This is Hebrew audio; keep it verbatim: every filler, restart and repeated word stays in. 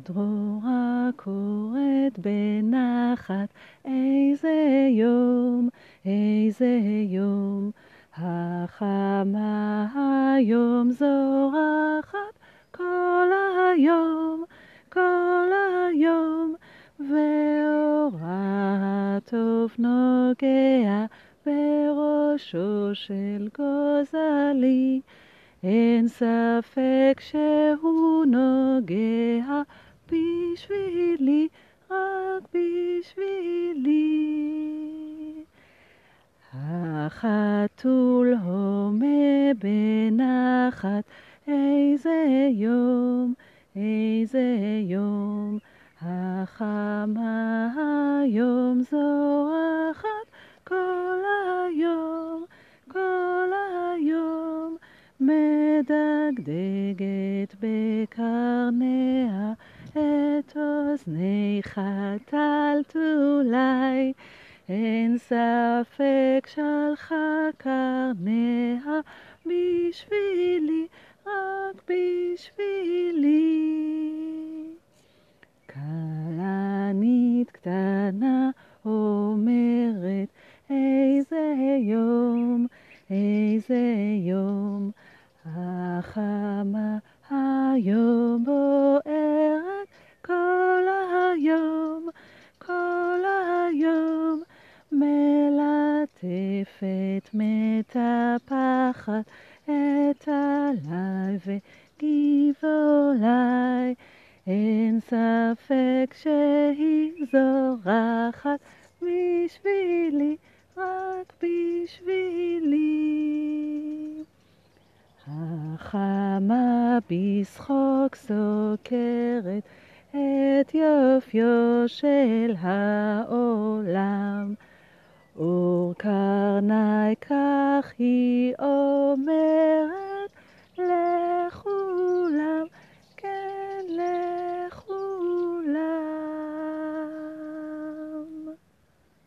דרורה קוראת בנחת, איזה יום, איזה יום, החמה היום זורחת, כל היום, כל היום, ואורה הטוב נוגע בראשו של גוזלי, אין ספק שהוא נוגע בשבילי, רק בשבילי. החתול הומה בנחת, איזה יום, איזה יום, החמה היום זורחת, כל היום, כל היום, מדגדגת בקרניה, את אוזני חתלתולי, אין ספק שלחה קרניה בשבילי, רק בשבילי. כלנית קטנה אומרת, איזה יום, איזה יום, החמה היום בוערת, כל היום, כל היום, מלטפת מטפחת את עלי וגבעולי, אין ספק שהיא זורחת בשבילי, רק בשבילי. החמה בשחוק סוקרת את יופיו של העולם, אור